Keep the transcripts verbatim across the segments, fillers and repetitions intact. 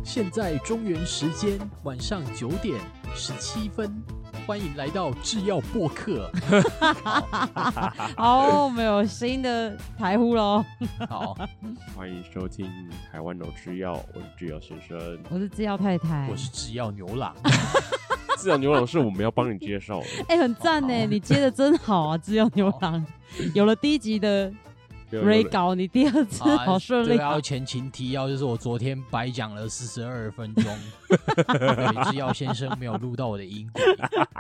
现在中原时间晚上九点十七分，欢迎来到制药播客。 好，我们有新的台呼喽。 好， 欢迎收听台湾有制药，我是制药先生， 我是制药太太， 我是制药牛郎。 制药牛郎是我们要帮你介绍的， 哎、欸，很赞呢，你接的真好啊！制药牛郎有了第一集的 re 稿，你第二次好顺利。 对啊，前情提要就是我昨天白讲了四十二分钟，对，制药先生没有录到我的音轨，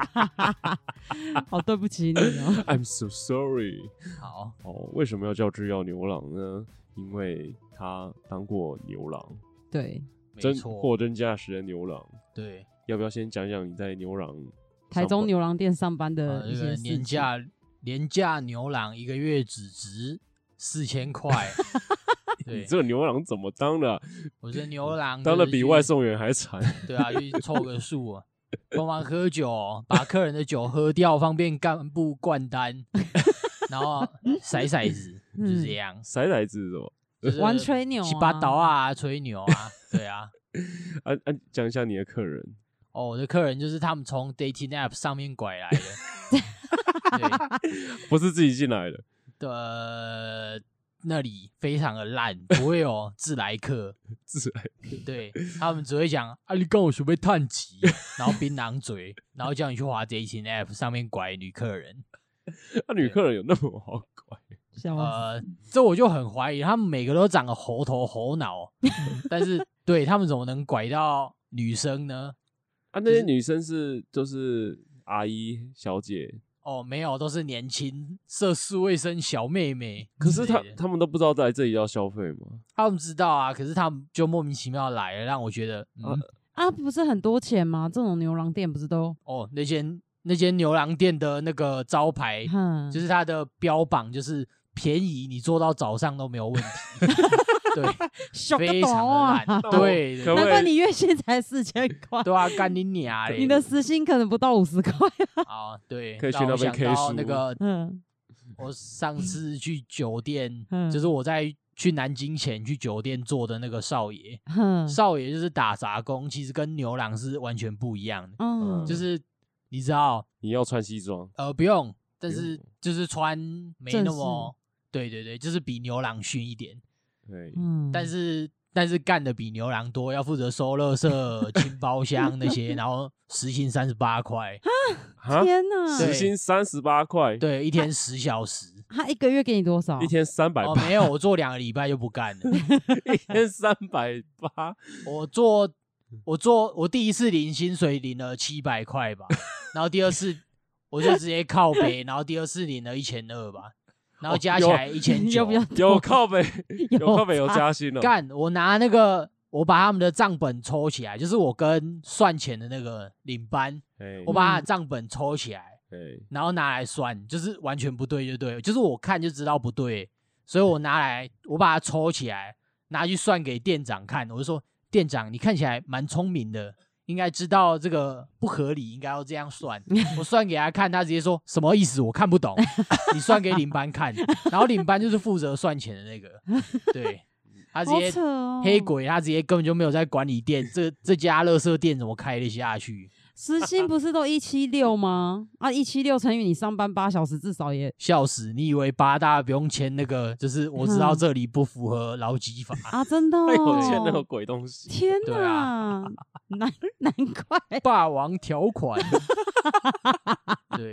好对不起你哦。 I'm so sorry。 好， 哦，为什么要叫制药牛郎呢？因为他当过牛郎， 对， 真没错， 货真价实的牛郎。 对， 要不要先讲讲你在牛郎台中牛郎店上班的一些事情？ 呃、年假年假牛郎一个月只值四千块。 你这个牛郎怎么当的、啊？ 我这牛郎当的比外送员还惨。 对啊，去凑个数啊，帮忙喝酒，把客人的酒喝掉，方便干部灌单，然后骰骰子，就是这样。 骰骰子是什么？ 就是玩吹牛、啊， 七八刀啊，吹牛啊，对啊。 啊啊，讲一下你的客人。 哦，我的客人就是他们从 dating app 上面拐来的，对， 不是自己进来的。 的那里非常的烂，不会有自来客， 自来客， 对他们只会讲啊，你跟我准备探级，然后槟榔嘴，然后叫你去滑 dating app 上面拐女客人。 那、啊、女客人有那么好拐？ 呃，这我就很怀疑，他们每个都长个猴头猴脑，但是对他们怎么能拐到女生呢？ 啊，那些女生是就是阿姨、小姐哦，没有，都是年轻涉世未深小妹妹。 可是他他们都不知道在这里要消费吗？ 他们知道啊，可是他们就莫名其妙来了，让我觉得，嗯、 啊, 啊，不是很多钱吗？这种牛郎店不是都哦，那间那间牛郎店的那个招牌， 嗯、 就是它的标榜就是便宜，你做到早上都没有问题。对，非常的烂，对， 难怪你月薪才四千块， 对啊，干你娘嘞！ 你的时薪可能不到五十块啊。对， 可以去那边 K 书。 那个， 嗯， 我上次去酒店， 嗯、 就是我在去南京前去酒店做的那个少爷， 嗯、 少爷就是打杂工，其实跟牛郎是完全不一样的。 嗯， 就是你知道， 你要穿西装， 呃，不用，但是就是穿没那么，对对对，就是比牛郎逊一点。 对， 嗯， 但是但是干的比牛郎多，要负责收垃圾、清包厢那些，然后时薪三十八块啊！天哪， 时薪三十八块， 对，一天十小时。 他一个月给你多少？ 一天三百八。 哦，没有，我做两个礼拜就不干了。 一天三百八， 我做我做我第一次领薪水领了七百块吧，然后第二次我就直接靠北，然后第二次领了一千二吧。然后加起来一千九， 有靠北，有靠北，有加薪了。 干，我拿那个，我把他们的账本抽起来，就是我跟算钱的那个领班，我把他的账本抽起来，然后拿来算，就是完全不对，就对了，就是我看就知道不对，所以我拿来，我把它抽起来，拿去算给店长看，我就说，店长，你看起来蛮聪明的。应该知道这个不合理，应该要这样算。我算给他看，他直接说什么意思？我看不懂。你算给领班看，然后领班就是负责算钱的那个，对，他直接黑鬼，他直接根本就没有在管理店，这这家垃圾店怎么开得下去？ 时薪不是都一七六吗？啊，一七六乘以你上班八小时，至少也笑死！你以为八大不用签那个？就是我知道这里不符合劳基法、 嗯、啊，真的、哦， 有签那个鬼东西。 天哪， 啊、 难难怪霸王条款。对，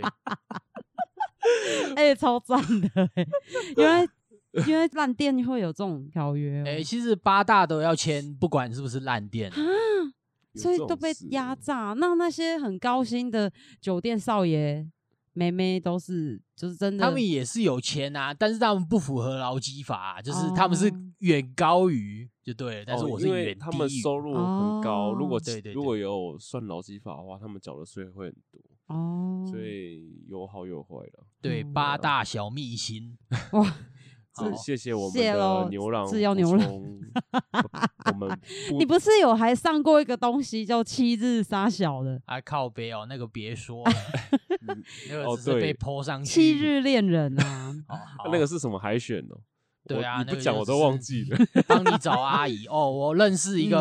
哎、欸，超赞的，因为因为烂店会有这种条约、哦。 哎、欸，其实八大都要签，不管是不是烂店啊。所以都被压榨，那那些很高薪的酒店少爷、妹妹都是，就是真的， 他们也是有钱啊，但是他们不符合劳基法、啊，就是他们是远高于就对了，但是我是远低于、哦、 因为他们收入很高， 哦、 如果对对对如果有算劳基法的话，他们缴的税会很多哦， 所以有好有坏了。 对， 嗯、 八大小秘辛哇。 谢谢我们的牛郎， 制药牛郎。 我们你不是有还上过一个东西叫七日杀小的啊？靠北哦，那个别说了，嗯、那个只是被 po 上去。 七日恋人啊， 哦、 那个是什么海选哦？ 对啊， 你不讲我都忘记了。 帮你找阿姨哦，我认识一个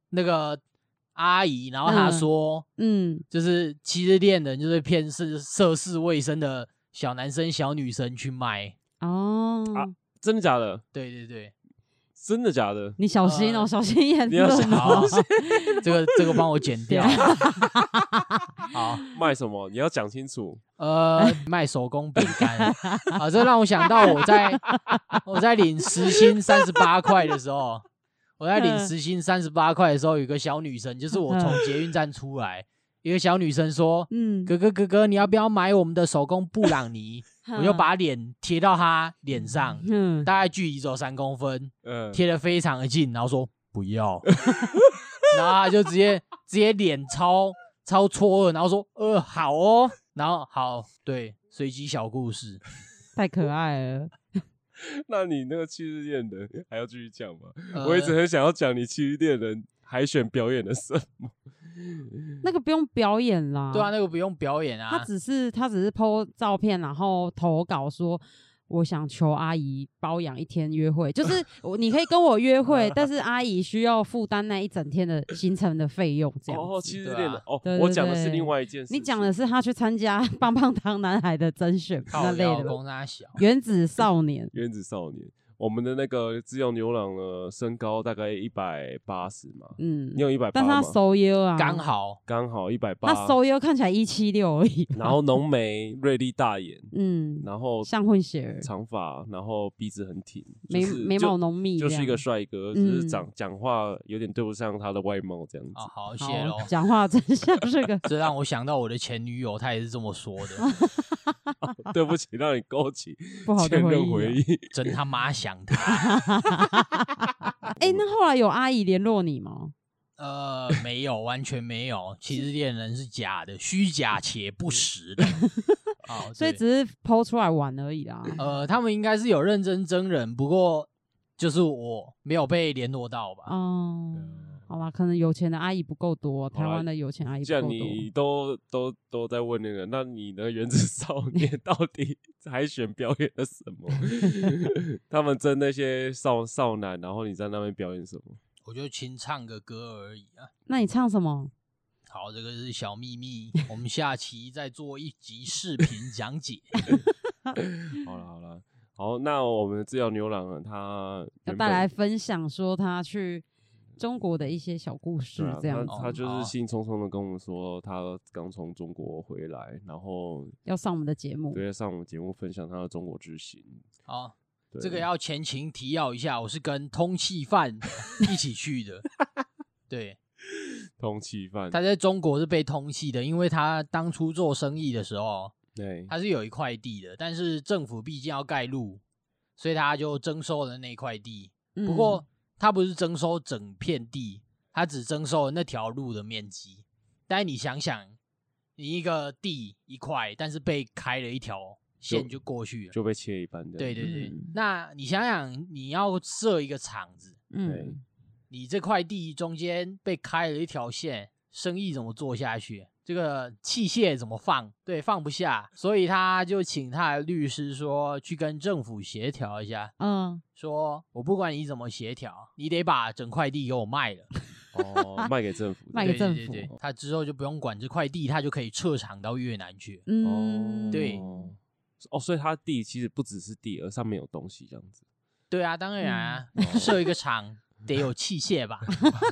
那个阿姨，然后她说，嗯，就是七日恋人就是骗是涉世未深的小男生小女生去卖哦、 啊，真的假的？ 对对对。 真的假的？ 你小心哦、呃，小心言论哦。这个这个帮我剪掉。好， 卖什么？你要讲清楚。 呃，卖手工饼干。好，这让我想到我在我在领时薪三十八块的时候，我在领时薪三十八块的时候，有个小女生，就是我从捷运站出来，一个小女生说：“嗯，哥哥哥哥，你要不要买我们的手工布朗尼？”我就把脸贴到他脸上，嗯，大概距离只有三公分，嗯，贴得非常的近，然后说不要，然后他就直接直接脸超超错愕，然后说呃好哦，然后好对，随机小故事， 太可爱了。 那你那个七日恋人还要继续讲吗？呃、我一直很想要讲你七日恋人海选表演的什么。 那个不用表演啦， 对啊，那个不用表演啊， 他只是他只是 po 照片，然后投稿说我想求阿姨包养一天约会，就是你可以跟我约会，但是阿姨需要负担那一整天的行程的费用，这样子。 哦，七日恋人、啊、哦， 对对对， 我讲的是另外一件事， 你讲的是他去参加棒棒糖男孩的甄选那类的，原子少年， 原子少年。我们的那个自由牛郎的身高大概一百八十嘛，嗯，你有一百八吗？ 但他收优啊， 刚好刚好一百八， 他收优看起来一七六而已。 然后浓眉、锐利大眼，嗯，然后像混血儿， 长发，然后鼻子很挺， 眉、就是、眉毛浓密， 就是一个帅哥，只是长讲、嗯、话有点对不上他的外貌这样子。 哦、好，谢喽。 讲话真像是个， 这让我想到我的前女友，她也是这么说的。 哦、对不起，让你勾起不好的回忆， 真他妈想他。 哎、欸，那后来有阿姨联络你吗？ 呃，没有，完全没有。七日恋人是假的，虚假且不实的。 哦，所以只是 po 出来玩而已啦。 呃，他们应该是有认真真人，不过就是我没有被联络到吧。 哦。好啦，可能有钱的阿姨不够多，台湾的有钱阿姨不够多。 既然你都都都在问那个，那你的原子少年到底海选表演了什么？他们争那些少少男，然后你在那边表演什么？ 我就轻唱个歌而已啊。 那你唱什么？ 好，这个是小秘密，我们下期再做一集视频讲解。 好了好了，好，那我们的自由牛郎他要带来分享说他去中国的一些小故事，这样子、 啊、他, 他就是兴冲冲的跟我们说，他刚从中国回来，然后要上我们的节目， 对，上我们节目分享他的中国之行。 好，这个要前情提要一下，我是跟通缉犯一起去的。对， 通缉犯， 他在中国是被通缉的，因为他当初做生意的时候， 对， 他是有一块地的，但是政府毕竟要盖路，所以他就征收了那块地。嗯、不过他不是征收整片地，他只征收了那条路的面积。但是你想想，你一个地一块，但是被开了一条线就过去了， 就, 就被切一半的。 对对对、嗯，那你想想，你要设一个厂子，嗯，你这块地中间被开了一条线，生意怎么做下去？这个器械怎么放？对，放不下，所以他就请他的律师说去跟政府协调一下。嗯，说我不管你怎么协调，你得把整块地给我卖了。 哦，卖给政府， 卖给政府， 对对对，他之后就不用管这块地，他就可以撤厂到越南去。 嗯， 对。 哦，所以他地其实不只是地，而上面有东西这样子。 对啊，当然啊，设、嗯、一个厂。得有器械吧？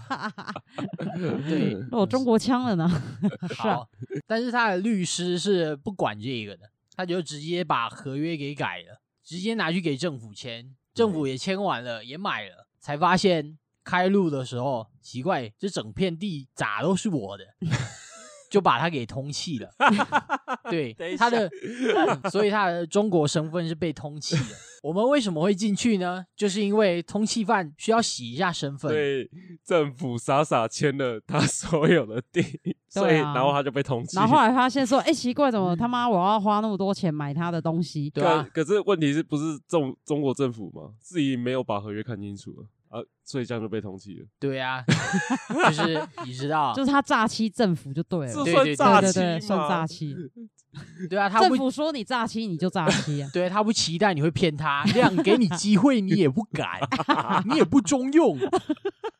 对， 我、哦、中国腔了呢。 好，但是他的律师是不管这个的，他就直接把合约给改了，直接拿去给政府签，政府也签完了，也买了，才发现开路的时候奇怪，这整片地咋都是我的，就把他给通缉了。对，他的、嗯，所以他的中国身份是被通缉的。我们为什么会进去呢？就是因为通缉犯需要洗一下身份， 对，政府傻傻签了他所有的地，所以、啊、然后他就被通缉。 然后后来发现说，哎、欸，奇怪，怎么他妈我要花那么多钱买他的东西？ 对啊， 可是问题是不是中中国政府嘛，自己没有把合约看清楚啊，所以这样就被通缉了。 对啊，就是你知道， 就是他诈欺政府就对了， 这算诈欺吗？ 对对对，算诈欺。 对啊，他政府说你诈欺，你就诈欺啊。 对，他不期待你会骗他，这样给你机会你也不敢，你也不中用。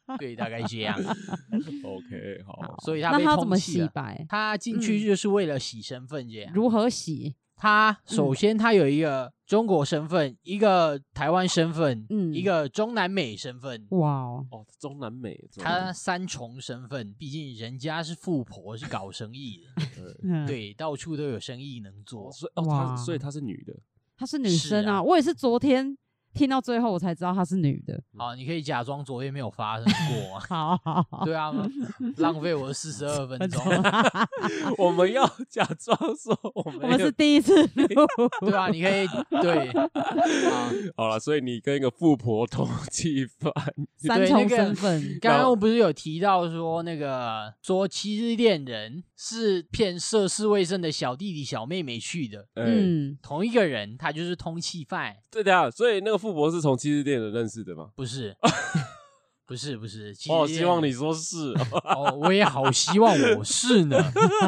对，大概这样。 OK， 好， 所以他被那他怎么通缉了。 洗白？ 他进去就是为了洗身份，这样。 如何洗？ 他首先他有一个中国身份，一个台湾身份， 嗯一个中南美身份。 哇哦， 哦，中南美，中南他三重身份，毕竟人家是富婆，是搞生意的， 嗯， 对，到处都有生意能做。 所以哦， 哇她所以她是女的。 她是女生啊， 是啊我也是昨天听到最后我才知道她是女的。 好，你可以假装昨天没有发生过啊。 好好好， 对啊，浪费我四十二分钟。 我们要假装说我们我们是第一次录， 对啊，你可以对啊。 好了，所以你跟一个富婆通缉犯， 三重身份。 刚刚我不是有提到说那个说七日恋人是骗涉世未深的小弟弟小妹妹去的， 嗯， 嗯， 同一个人，他就是通缉犯。 对的啊，所以那个富婆是从七日店人认识的吗？ 不是，不是，不是。 我好希望你说是哦，我也好希望我是呢。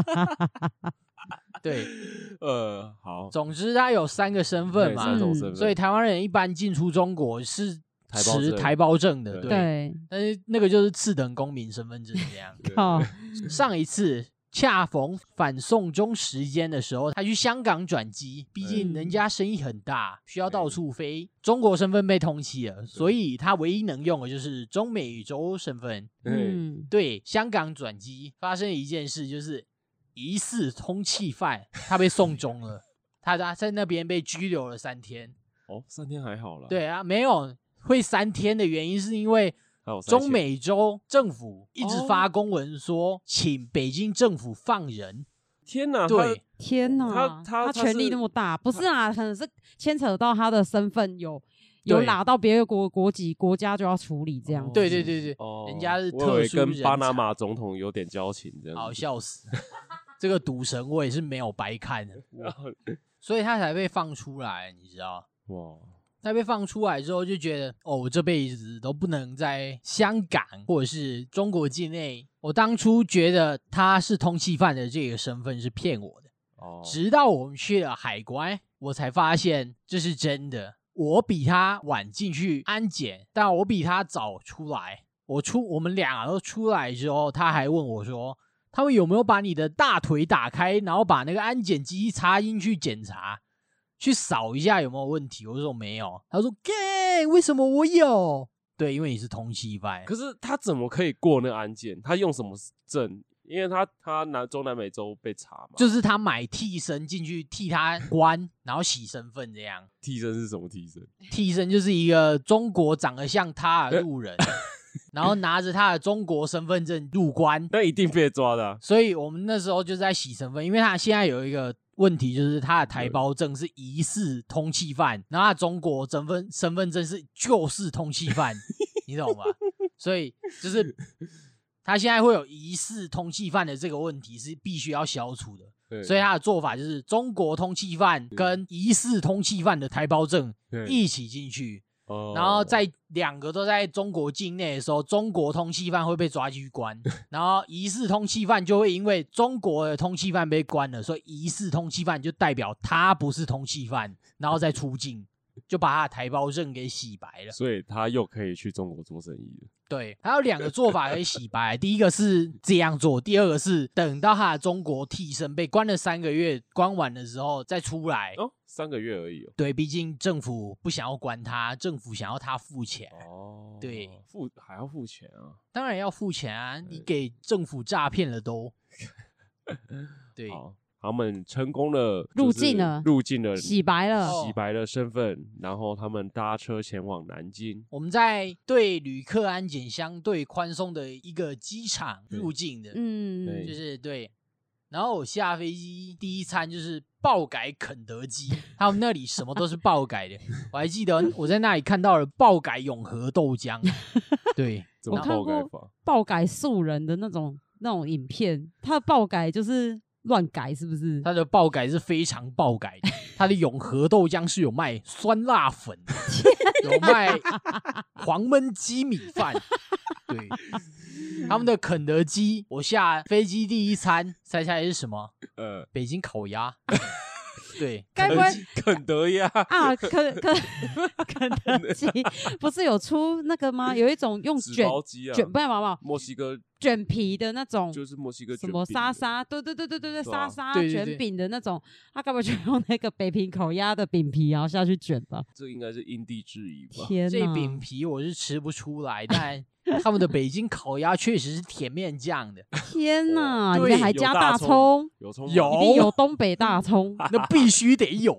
对， 呃，好， 总之他有三个身份对嘛， 三种身份， 所以台湾人一般进出中国是台胞证持台胞证的，对。 对， 但是那个就是次等公民身份证这样。 对靠， 上一次恰逢反送中时间的时候，他去香港转机，毕竟人家生意很大，需要到处飞。中国身份被通缉了，所以他唯一能用的就是中美洲身份。 嗯， 嗯， 对，香港转机发生一件事，就是疑似通缉犯，他被送中了，他他在那边被拘留了三天。 哦，三天还好啦，， 对啊，没有会三天的原因是因为还有中美洲政府一直哦发公文说，请北京政府放人。 天哪， 对， 天哪， 他他他权力是那么大，不是啊，可能是牵扯到他的身份有有对拿到别的国国籍，国家就要处理这样子。 对对对对， 哦， 人家是我以为特殊人跟巴拿才马总统有点交情，这样子好笑死。这个赌神我也是没有白看的， 然后所以他才被放出来，你知道？ 哇， 他被放出来之后就觉得，哦，我这辈子都不能在香港或者是中国境内。我当初觉得他是通缉犯的这个身份是骗我的， 哦， 直到我们去了海关，我才发现这是真的。我比他晚进去安检，但我比他早出来。我出，我们俩都出来之后，他还问我说，他们有没有把你的大腿打开，然后把那个安检机插进去检查，去扫一下有没有问题？我就说没有。他说 ：“gay， 为什么我有？”对，因为你是通缉犯。 可是他怎么可以过那个安检？他用什么证？因为他他南中南美洲被查嘛， 就是他买替身进去替他关，然后洗身份这样。 替身是什么替身？ 替身就是一个中国长得像他的路人，然后拿着他的中国身份证入关。 那一定被抓的、啊。 所以我们那时候就在洗身份，因为他现在有一个问题，就是他的台胞证是疑似通缉犯，然后他中国身份身份证是就是通缉犯，你懂吗？所以就是他现在会有疑似通缉犯的这个问题是必须要消除的。 对所以他的做法就是中国通缉犯跟疑似通缉犯的台胞证对一起进去， 哦然后在两个都在中国境内的时候，中国通缉犯会被抓进去关，然后疑似通缉犯就会因为中国的通缉犯被关了，所以疑似通缉犯就代表他不是通缉犯，然后再出境，就把他的台胞证给洗白了。 所以他又可以去中国做生意了。 对，还有两个做法可以洗白，第一个是这样做，第二个是等到他的中国替身被关了三个月，关完的时候再出来。 哦，三个月而已哦。 对，毕竟政府不想要关他，政府想要他付钱。 哦， 对， 付还要付钱啊。 当然要付钱啊，你给政府诈骗了都。对， 好，他们成功的入境了入境了， 洗白了， 哦洗白了身份，然后他们搭车前往南京。 我们在对旅客安检相对宽松的一个机场入境的， 嗯， 对就是对。然后我下飞机第一餐就是爆改肯德基，他们那里什么都是爆改的。我还记得我在那里看到了爆改永和豆浆，对， 怎么我看过爆改法？ 爆改素人的那种那种影片，他的爆改就是乱改，是不是？ 它的爆改是非常爆改的。它的永和豆浆是有卖酸辣粉的，有卖黄焖鸡米饭，对。他们的肯德基，我下飞机第一餐，猜猜是什么？ 呃， 北京烤鸭。 对， 该不会肯德鸭啊？肯肯肯德基不是有出那个吗？有一种用卷包鸡啊， 卷，不是不不， 墨西哥卷皮的那种， 就是墨西哥什么沙沙，对对对对对对，沙沙卷饼的那种，他该不会就用那个北平烤鸭的饼皮然后下去卷吧？ 这应该是因地制宜吧？ 天哪， 这饼皮我是吃不出来，但他们的北京烤鸭确实是甜面酱的。 天哪，里对面还加大葱， 有葱， 有一定有东北大葱， 那必须得有。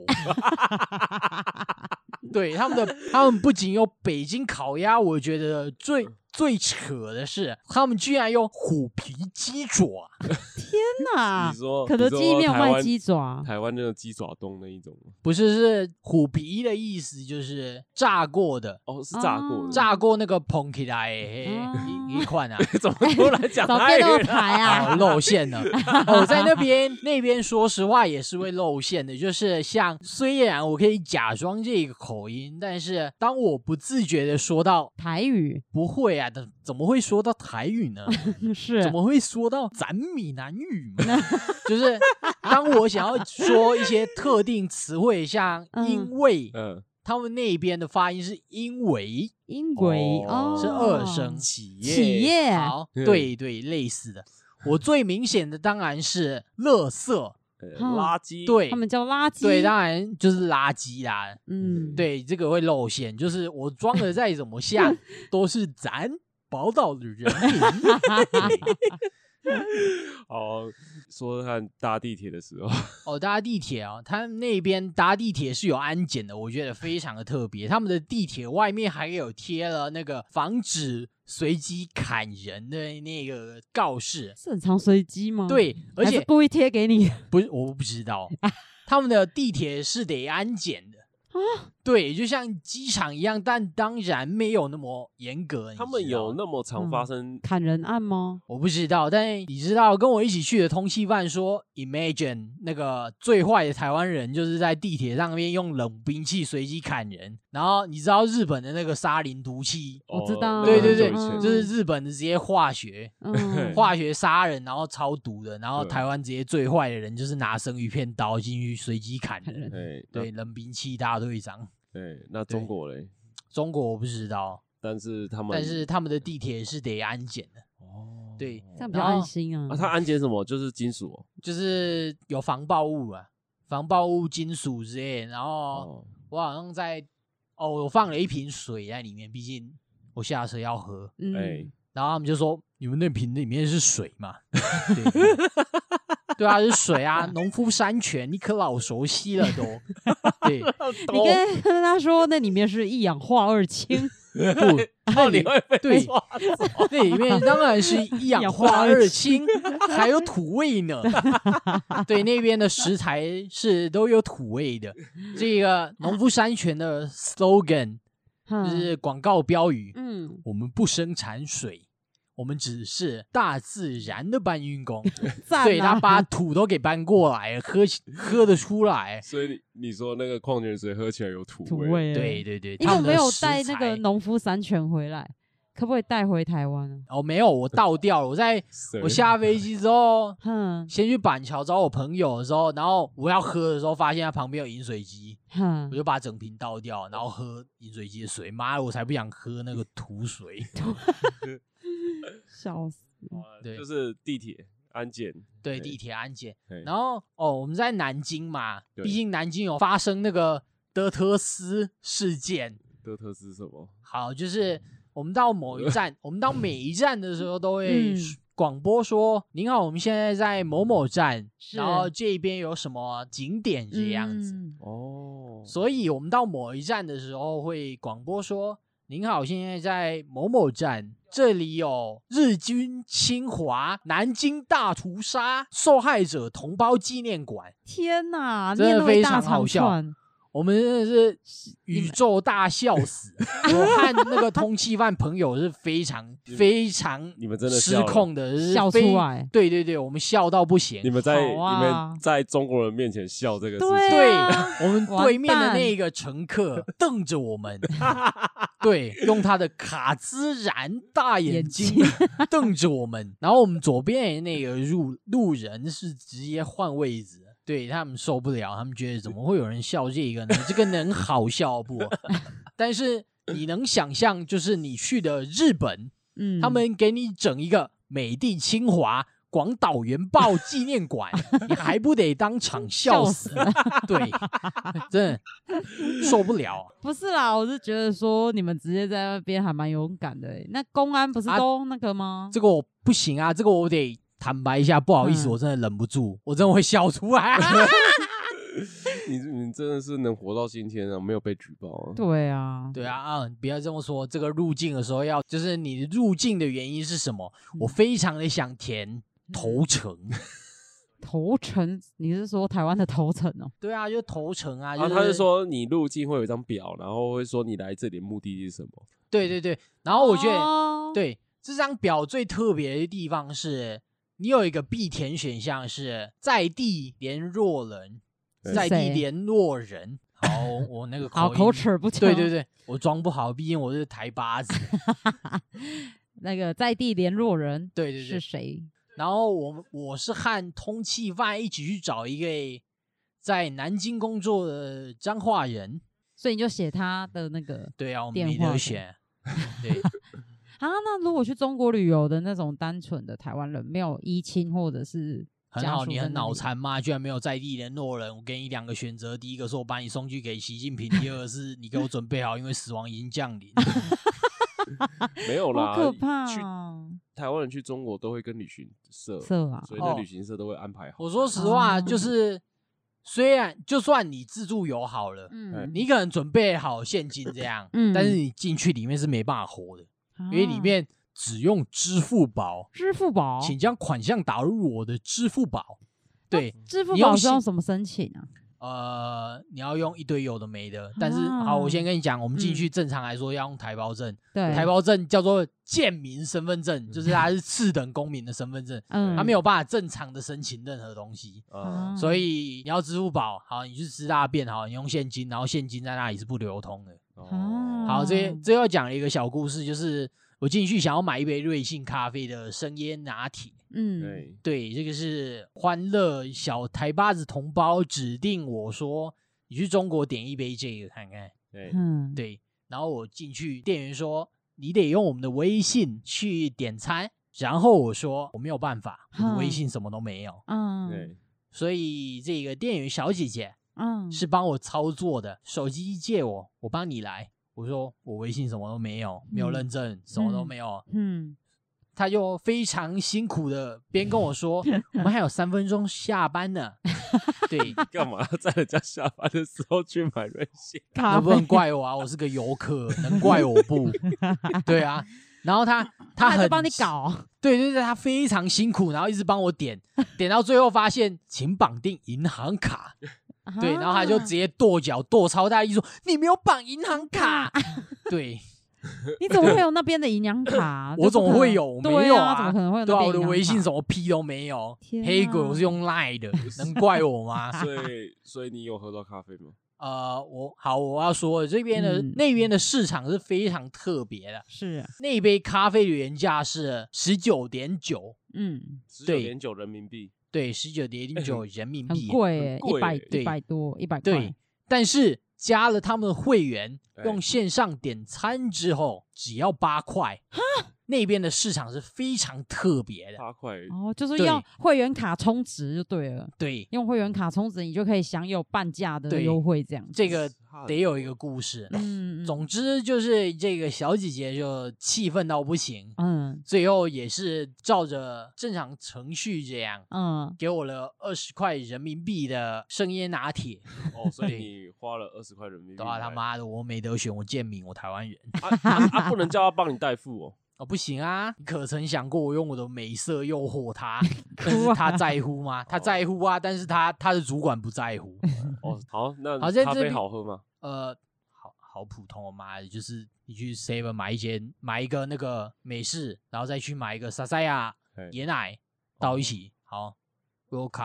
对，他们的他们不仅有北京烤鸭，我觉得最最扯的是，他们居然用虎皮鸡爪。 天哪！ 你说肯德基没有卖鸡爪， 台湾那个鸡爪冻那一种吗？ 不是，是虎皮的意思，就是炸过的。 哦，是炸过的， 炸过那个蓬起来一一款啊。 怎么突然讲台语？怎么变那么台啊？ 露馅了。哦，在那边那边说实话也是会露馅的，就是像虽然我可以假装这个口音，但是当我不自觉的说到台语， 不会啊，怎么会说到台语呢？ 是怎么会说到咱闽南语呢？就是当我想要说一些特定词汇，像因为，嗯，他们那边的发音是因为， 因为哦， 是二声企业， 企业， 好，对对，类似的。我最明显的当然是垃圾。 垃圾， 对， 他们叫垃圾， 对，当然就是垃圾啦。 嗯， 对，这个会露馅，就是我装的再怎么像，都是咱宝岛的人民。 哦，说看搭地铁的时候， 哦，搭地铁啊，他们那边搭地铁是有安检的，我觉得非常的特别。他们的地铁外面还有贴了那个防止随机砍人的那个告示， 是很常随机吗？ 对，而且故意贴给你， 不是，我不知道，他们的地铁是得安检的啊。对，就像机场一样，但当然没有那么严格。 他们有那么常发生、 嗯、砍人案吗？ 我不知道，但你知道，跟我一起去的通缉犯说 ，Imagine 那个最坏的台湾人就是在地铁上面用冷兵器随机砍人。然后你知道日本的那个沙林毒气， 我知道， 对对对， 嗯、 就是日本的直接化学，嗯、化学杀人，然后超毒的。然后台湾直接最坏的人就是拿生鱼片刀进去随机砍人， 对对，冷兵器大队长。 对，那中国嘞？ 中国我不知道， 但是他们， 但是他们的地铁是得安检的。哦，对， 这样比较安心啊。 啊，他安检什么？就是金属、哦， 就是有防爆物啊，防爆物、金属之类的。然后、哦、我好像在，哦，我放了一瓶水在里面，毕竟我下车要喝。 嗯， 欸、 然后他们就说：“你们那瓶里面是水嘛？”对。对啊，是水啊，农夫山泉，你可老熟悉了都。对， 你跟跟他说，那里面是一氧化二氢。 不，那里对，那里面当然是一氧化二氢，还有土味呢。对，那边的食材是都有土味的。这个农夫山泉的 slogan 就是广告标语，嗯，我们不生产水。我们只是大自然的搬运工，对，他把土都给搬过来，喝喝得出来。 所以你你说那个矿泉水喝起来有土味， 土味对对对。 你怎么没有带那个农夫山泉回来？可不可以带回台湾啊？ 哦，没有，我倒掉了。我在我下飞机之后，嗯，先去板桥找我朋友的时候，然后我要喝的时候，发现他旁边有饮水机，我就把整瓶倒掉，然后喝饮水机的水。妈的，我才不想喝那个土水。 笑死！ 对， 就是地铁安检， 对，地铁安检。然后哦，我们在南京嘛，毕竟南京有发生那个德特斯事件。 德特斯什么？ 好，就是我们到某一站，我们到每一站的时候都会广播说：“您好，我们现在在某某站，然后这边有什么景点这样子。嗯”哦，所以我们到某一站的时候会广播说：“您好，现在在某某站。”这里有日军侵华、南京大屠杀受害者同胞纪念馆。 天哪， 真的非常好笑。我们真的是宇宙大笑死！我和那个通缉犯朋友是非常非常你们真的失控的， 笑出来。 对对对，我们笑到不行。 你们在、啊、你们在中国人面前笑这个事情， 对、啊，我们对面的那个乘客瞪着我们，对，用他的卡姿然大眼睛瞪着我们，然后我们左边那个路路人是直接换位置。 对他们受不了，他们觉得怎么会有人笑这个呢？这个能好笑不？但是你能想象，就是你去的日本，嗯，他们给你整一个美的清华广岛原爆纪念馆，你还不得当场笑死？对，真的受不了。 不是啦，我是觉得说你们直接在那边还蛮勇敢的、欸。那公安不是都那个吗？ 啊、这个我不行啊，这个我得坦白一下，不好意思，嗯、我真的忍不住，我真的会笑出来。 你你真的是能活到今天啊，没有被举报啊？ 对啊， 对啊啊！不要这么说，这个入境的时候要，就是你入境的原因是什么？我非常的想填头城。 头城，你是说台湾的头城哦？ 对啊，就头城啊。就是、 然后他是说你入境会有一张表，然后会说你来这里的目的地是什么？ 对对对，然后我觉得、哦、对这张表最特别的地方是，你有一个必填选项是在地联络人。在地联络人，好，我那个口音好口齿不清， 对对对，我装不好，毕竟我是台八子。 那个在地联络人， 对对对， 是谁？ 然后我我是和通缉犯一起去找一个在南京工作的彰化人， 所以你就写他的那个对啊，我们没得选。对啊，那如果去中国旅游的那种单纯的台湾人，没有依亲或者是。 很好，你很脑残吗？居然没有在地联络人。我给你两个选择，第一个是我把你送去给习近平，第二个是你给我准备好，因为死亡已经降临。 没有啦， 好可怕、 去台湾人去中国都会跟旅行社， 社啊， 所以那旅行社都会安排好。 我说实话，就是虽然就算你自助游好了，嗯，你可能准备好现金这样，嗯，但是你进去里面是没办法活的，啊、因为里面。只用支付宝， 支付宝， 请将款项打入我的支付宝。对， 支付宝是用什么申请啊？ 呃，你要用一堆有的没的，但是、啊、好，我先跟你讲，我们进去正常来说要用台胞证，对、嗯，台胞证叫做贱民身份证，就是它是次等公民的身份证，嗯，它没有办法正常的申请任何东西，嗯，所以你要支付宝，好，你去吃大便，好，你用现金，然后现金在那里是不流通的。哦，好，这这要讲了一个小故事，就是。我进去想要买一杯瑞幸咖啡的生椰拿铁，嗯，对，对，这个是欢乐小台巴子同胞指定我说，你去中国点一杯这个看看，对，嗯，对，然后我进去，店员说你得用我们的微信去点餐，然后我说我没有办法，我的微信什么都没有，嗯，对，所以这个店员小姐姐，嗯，是帮我操作的，手机借我，我帮你来。我说我微信什么都没有，没有认证，嗯、什么都没有。嗯，他就非常辛苦的边跟我说，我们还有三分钟下班呢。对， 干嘛在人家下班的时候去买瑞幸？ 那不能怪我啊，我是个游客，能怪我不？对啊，然后他他很帮你搞， 对对对，他非常辛苦，然后一直帮我点，点到最后发现请绑定银行卡。对，然后他就直接跺脚跺超大力说：“你没有绑银行卡。”对， 你怎么会有那边的银行卡？ 我怎么会有？我没有啊， 怎么可能会有？ 对啊，我的微信什么屁都没有，黑鬼我是用 Line 的，能怪我吗？ 所以，所以你有喝到咖啡吗？ 呃，我好，我要说这边的、嗯、那边的市场是非常特别的， 是、啊、 那杯咖啡的原价是十九点九， 嗯，十九点九人民币。 对，十九点九人民币， 很贵，一百一百多，一百块。 对，但是加了他们的会员，用线上点餐之后，只要八块。那边的市场是非常特别的， 八块哦，就是要会员卡充值就对了。 对， 用会员卡充值，你就可以享有半价的优惠，这样。 这个得有一个故事。嗯，总之就是这个小姐姐就气愤到不行，嗯，最后也是照着正常程序这样，嗯，给我了二十块人民币的生椰拿铁。 哦，所以你花了二十块人民币。 对啊，他妈的，我没得选，我贱民，我台湾人。 啊啊啊！不能叫他帮你代付哦。 哦，不行啊！你可曾想过我用我的美色诱惑他？但是他在乎吗？他在乎啊，但是他他的主管不在乎。 哦，好，那咖啡好喝吗？ 呃，好好普通哦，妈的，就是你去 Seven 买一间，买一个那个美式，然后再去买一个莎莎亚椰奶倒一起，好 ，Welcome，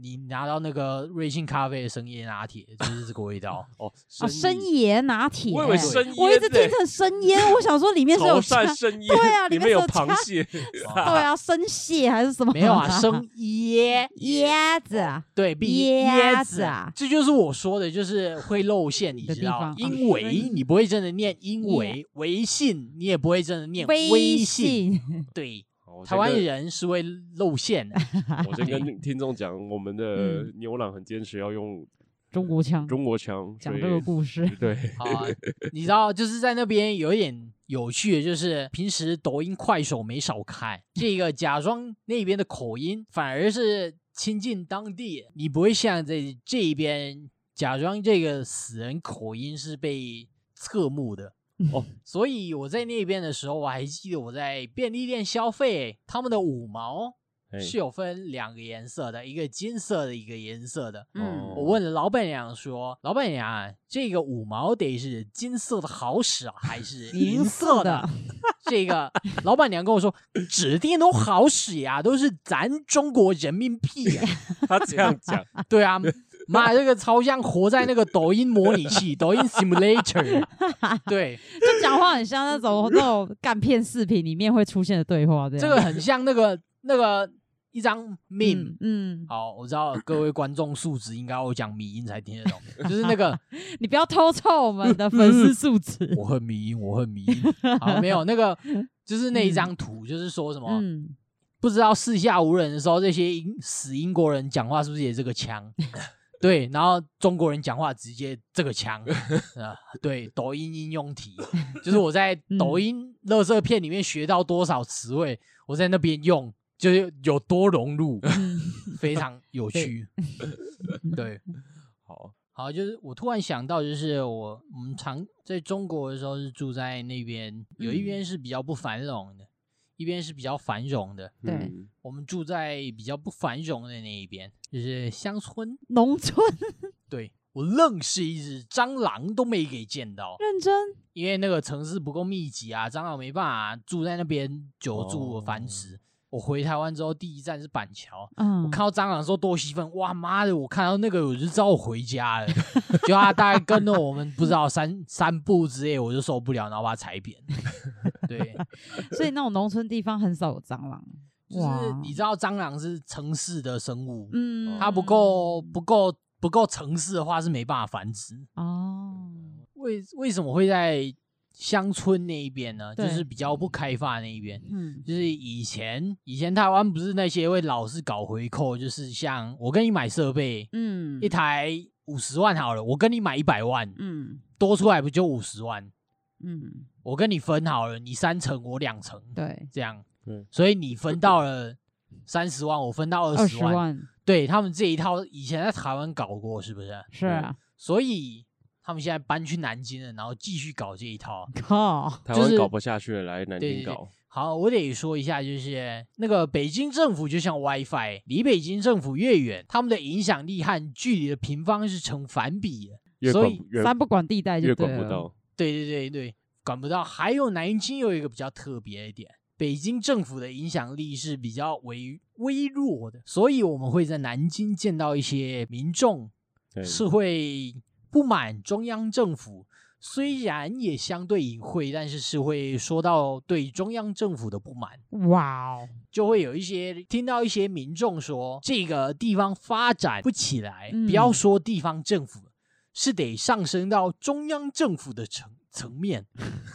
你拿到那个瑞幸咖啡的生椰拿铁，就是这个味道。 哦， 哦，生椰拿铁， 我以为生椰， 我一直听成生腌，我想说里面是有潮汕生腌， 对啊， 里面有螃蟹， 对啊，生蟹还是什么？ 没有啊，生椰椰子啊， 对， 椰子啊， 这就是我说的，就是会露馅，你知道？因为你不会真的念因为，微信你也不会真的念微信，对。台湾人是会露馅的。 我先跟听众讲，我们的牛郎很坚持要用中国腔， 中国腔讲这个故事。 对， 好、啊，你知道，就是在那边有一点有趣的，就是平时抖音、快手没少看，这个假装那边的口音，反而是亲近当地，你不会像在这边假装这个死人口音是被侧目的。哦，所以我在那边的时候，我还记得我在便利店消费，他们的五毛是有分两个颜色的，一个金色的，一个颜色的。嗯，我问了老板娘说：“老板娘，这个五毛得是金色的好使啊，还是银色的？”这个老板娘跟我说：“指定都好使呀，都是咱中国人民币呀。” 他这样讲， 对啊。妈，这个超像活在那个抖音模拟器，抖音 simulator， 对， 就讲话很像那种那种干片视频里面会出现的对话，这样。 这个很像那个那个一张 meme， 嗯，嗯好，我知道各位观众素质应该我讲迷音才听得懂，就是那个你不要偷臭我们的粉丝素质。 我很迷音，我很迷音，好，没有那个就是那一张图，嗯、就是说什么。嗯不知道四下无人的时候，这些英死英国人讲话是不是也这个腔？对，然后中国人讲话直接这个腔，啊，对，抖音应用题，就是我在抖音垃圾片里面学到多少词汇，我在那边用，就是有多融入，非常有趣。对，好，好，就是我突然想到，就是我我们常在中国的时候是住在那边，有一边是比较不繁荣的。一边是比较繁荣的， 对、 嗯，我们住在比较不繁荣的那一边，就是乡村、 农村。 对，我愣是一只蟑螂都没给见到， 认真， 因为那个城市不够密集啊，蟑螂没办法住在那边久住繁殖。哦、我回台湾之后，第一站是板桥，嗯，我看到蟑螂的时候多兴奋，哇妈的！我看到那个我就知道我回家了，就他大概跟了我们不知道三三步之类，我就受不了，然后把它踩扁。对， 所以那种农村地方很少有蟑螂， 就是你知道蟑螂是城市的生物，嗯，它不够不够不够城市的话是没办法繁殖哦。为为什么会在乡村那一边呢？就是比较不开发那一边，嗯，就是以前以前台湾不是那些会老是搞回扣，就是像我跟你买设备，嗯，一台五十万好了，我跟你买一百万，嗯，多出来不就五十万？嗯，我跟你分好了，你三成我两成， 对， 这样，对，所以你分到了三十万，我分到二十万， 万对他们这一套以前在台湾搞过，是不是？ 是啊， 所以他们现在搬去南京了，然后继续搞这一套， 靠， 台湾搞不下去了，来南京搞。 对对对好，我得说一下，就是那个北京政府就像 WiFi， 离北京政府越远，他们的影响力和距离的平方是成反比的，所以三不管地带就对了， 越管不到。 对对对对，管不到。还有南京有一个比较特别一点，北京政府的影响力是比较微微弱的，所以我们会在南京见到一些民众是会不满中央政府，虽然也相对隐晦，但是是会说到对中央政府的不满。 哇哦， 就会有一些听到一些民众说，这个地方发展不起来，嗯、不要说地方政府。是得上升到中央政府的层层面，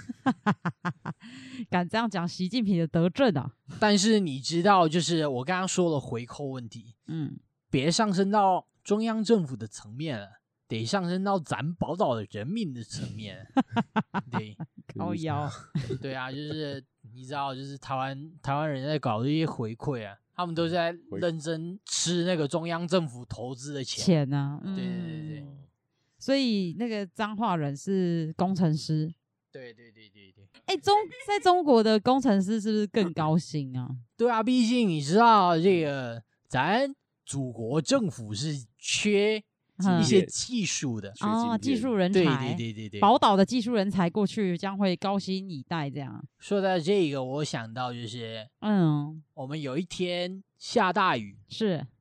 敢这样讲习近平的德政啊！ 但是你知道，就是我刚刚说了回扣问题，嗯，别上升到中央政府的层面了，得上升到咱宝岛的人民的层面。对， 靠腰， 对啊，就是你知道，就是台湾台湾人在搞这些回馈啊，他们都是在认真吃那个中央政府投资的钱钱啊， 对对对对。 所以那个彰化人是工程师， 对对对对对。 哎、欸，中在中国的工程师是不是更高薪啊？ 对啊，毕竟你知道这个，咱祖国政府是缺一些技术的啊、哦，技术人才， 对对对对对， 宝岛的技术人才过去将会高薪以待。这样说到这个，我想到就是，嗯，我们有一天下大雨， 是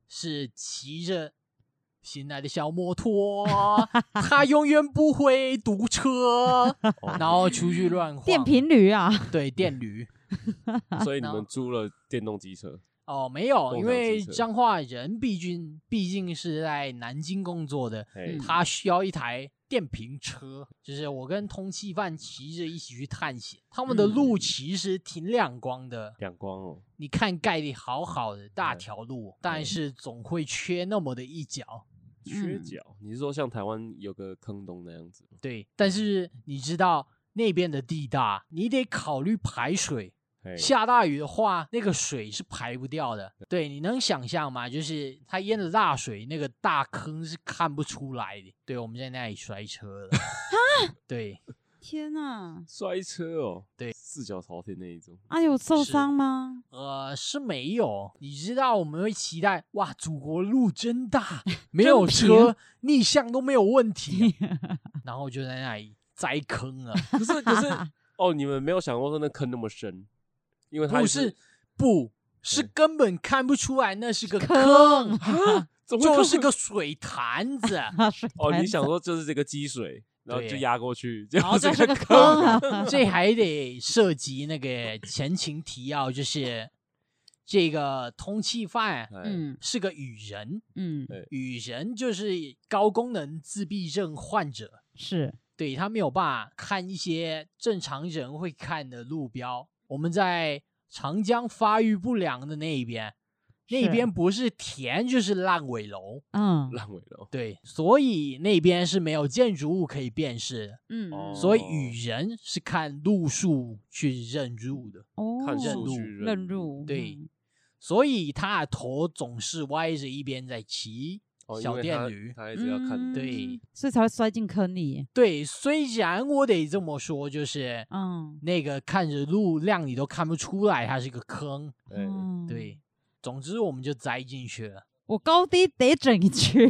是骑着新来的小摩托，他永远不会堵车，然后出去乱晃。 电瓶驴啊， 对，电驴。 所以你们租了电动机车？ 哦，没有，因为彰化人毕竟毕竟是在南京工作的，他需要一台电瓶车。就是我跟通缉犯骑着一起去探险，他们的路其实挺亮光的， 亮光哦。 你看盖得好好的大条路，但是总会缺那么的一角。 缺角？你是说像台湾有个坑洞那样子？ 对，但是你知道那边的地大，你得考虑排水。下大雨的话，那个水是排不掉的。对，你能想象吗？就是它淹了大水，那个大坑是看不出来的。对，我们在那里摔车了。对， 天哪， 摔车哦， 对， 四脚朝天那一种。 啊，有受伤吗？ 呃，是没有。你知道我们会期待，哇，祖国路真大，没有车，逆向都没有问题、啊。然后就在那里栽坑了。 可是，可是，哦，你们没有想过说那坑那么深？因为它不是不是根本看不出来那是个坑，就是个水潭子。 哦，你想说就是这个积水，然后就压过去， 然后就是个坑啊。 这还得涉及那个前情提要，就是这个通缉犯嗯是个雨人，嗯，雨人就是高功能自闭症患者， 是对他没有办法看一些正常人会看的路标。我们在长江发育不良的那一边，那边不是田就是烂尾楼， 嗯， 烂尾楼， 对，所以那边是没有建筑物可以辨识的， 嗯， 所以雨人是看路数去认路的， 哦， 看认路认路， 对，嗯、所以他的头总是歪着一边在骑。 哦、 小电驴， 他一直要看、嗯， 对， 所以才会摔进坑里。 对，虽然我得这么说，就是， 嗯， 那个看着路亮，你都看不出来它是个坑。 嗯， 对，总之我们就栽进去了。 我高低得整一句。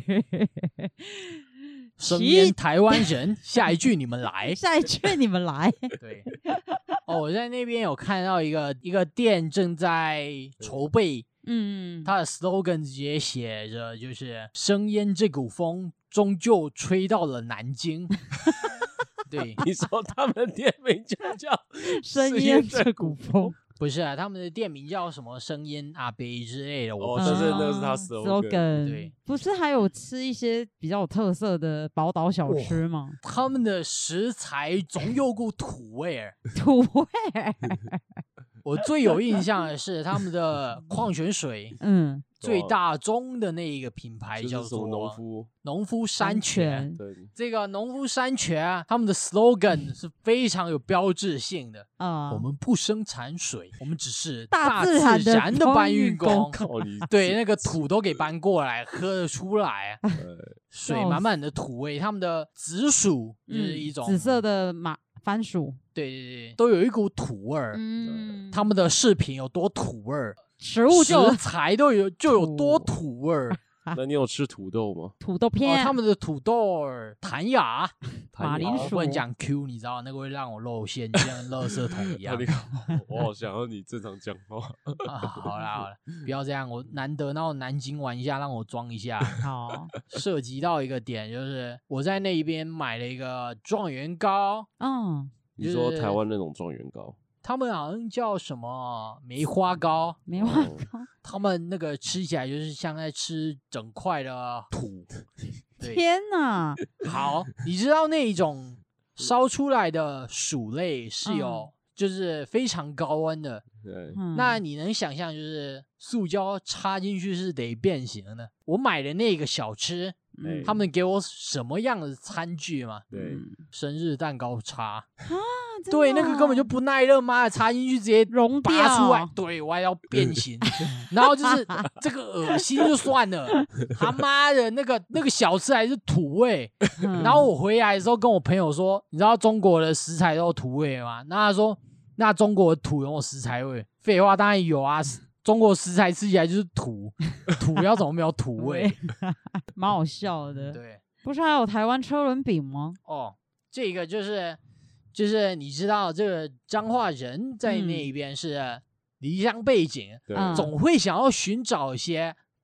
声烟台湾人，下一句你们来， 下一句你们来。 对，哦，我在那边有看到一个一个店正在筹备。 嗯， 他的 slogan 直接写着就是生烟这股风终究吹到了南京。对， 你说他们的店名就叫生烟这股风？ 不是啊，他们的店名叫什么生烟阿杯之类的。 哦，但是那个是他 slogan。 对，不是还有吃一些比较有特色的宝岛小吃吗？ 哦、他们的食材总有股土味儿。 土味儿。 我最有印象的是他们的矿泉水， 嗯， 最大宗的那一个品牌叫做农夫农夫山泉。 对， 这个农夫山泉啊，他们的 slogan 是非常有标志性的啊、 嗯。我们不生产水，我们只是大自然的搬运工。 嗯、 对，那个土都给搬过来，喝得出来，水满满的土味。他们的紫薯就是一种、 嗯、紫色的马。番薯， 对对对，都有一股土味儿。 嗯， 他们的饰品有多土味儿， 食物就食材都有就有多土味儿。 那你有吃土豆吗？ 土豆片， 哦、他们的土豆弹牙、 马铃薯， 不能讲 Q， 你知道那个会让我露馅，就像垃圾桶一样。 我好想要你正常讲话。 啊，好啦好啦，不要这样，我难得到南京玩一下，让我装一下。 好， 涉及到一个点，就是我在那边买了一个状元糕。 嗯， 你说台湾那种状元糕？ 他们好像叫什么梅花糕， 梅花糕， 他们那个吃起来就是像在吃整块的土。 天哪！ 好，你知道那一种烧出来的薯类是有，嗯、就是非常高温的。 对， 嗯、 那你能想象，就是塑胶插进去是得变形的。我买的那个小吃。 嗯、 他们给我什么样的餐具嘛？ 对， 生日蛋糕插啊， 对，那个根本就不耐热，妈的插进去直接融掉拔出来，对，我还要变形，然后就是这个恶心就算了，他妈的那个那个小吃还是土味， 嗯、 然后我回来的时候跟我朋友说，你知道中国的食材都有土味吗？那他说，那中国的土有没有食材味？废话，当然有啊。中国食材吃起来就是土，土要怎么没有土味？ 蛮好笑的。 对， 不是还有台湾车轮饼吗？ 哦，这个就是就是你知道，这个彰化人在那一边是离乡背景， 嗯、 总会想要寻找一些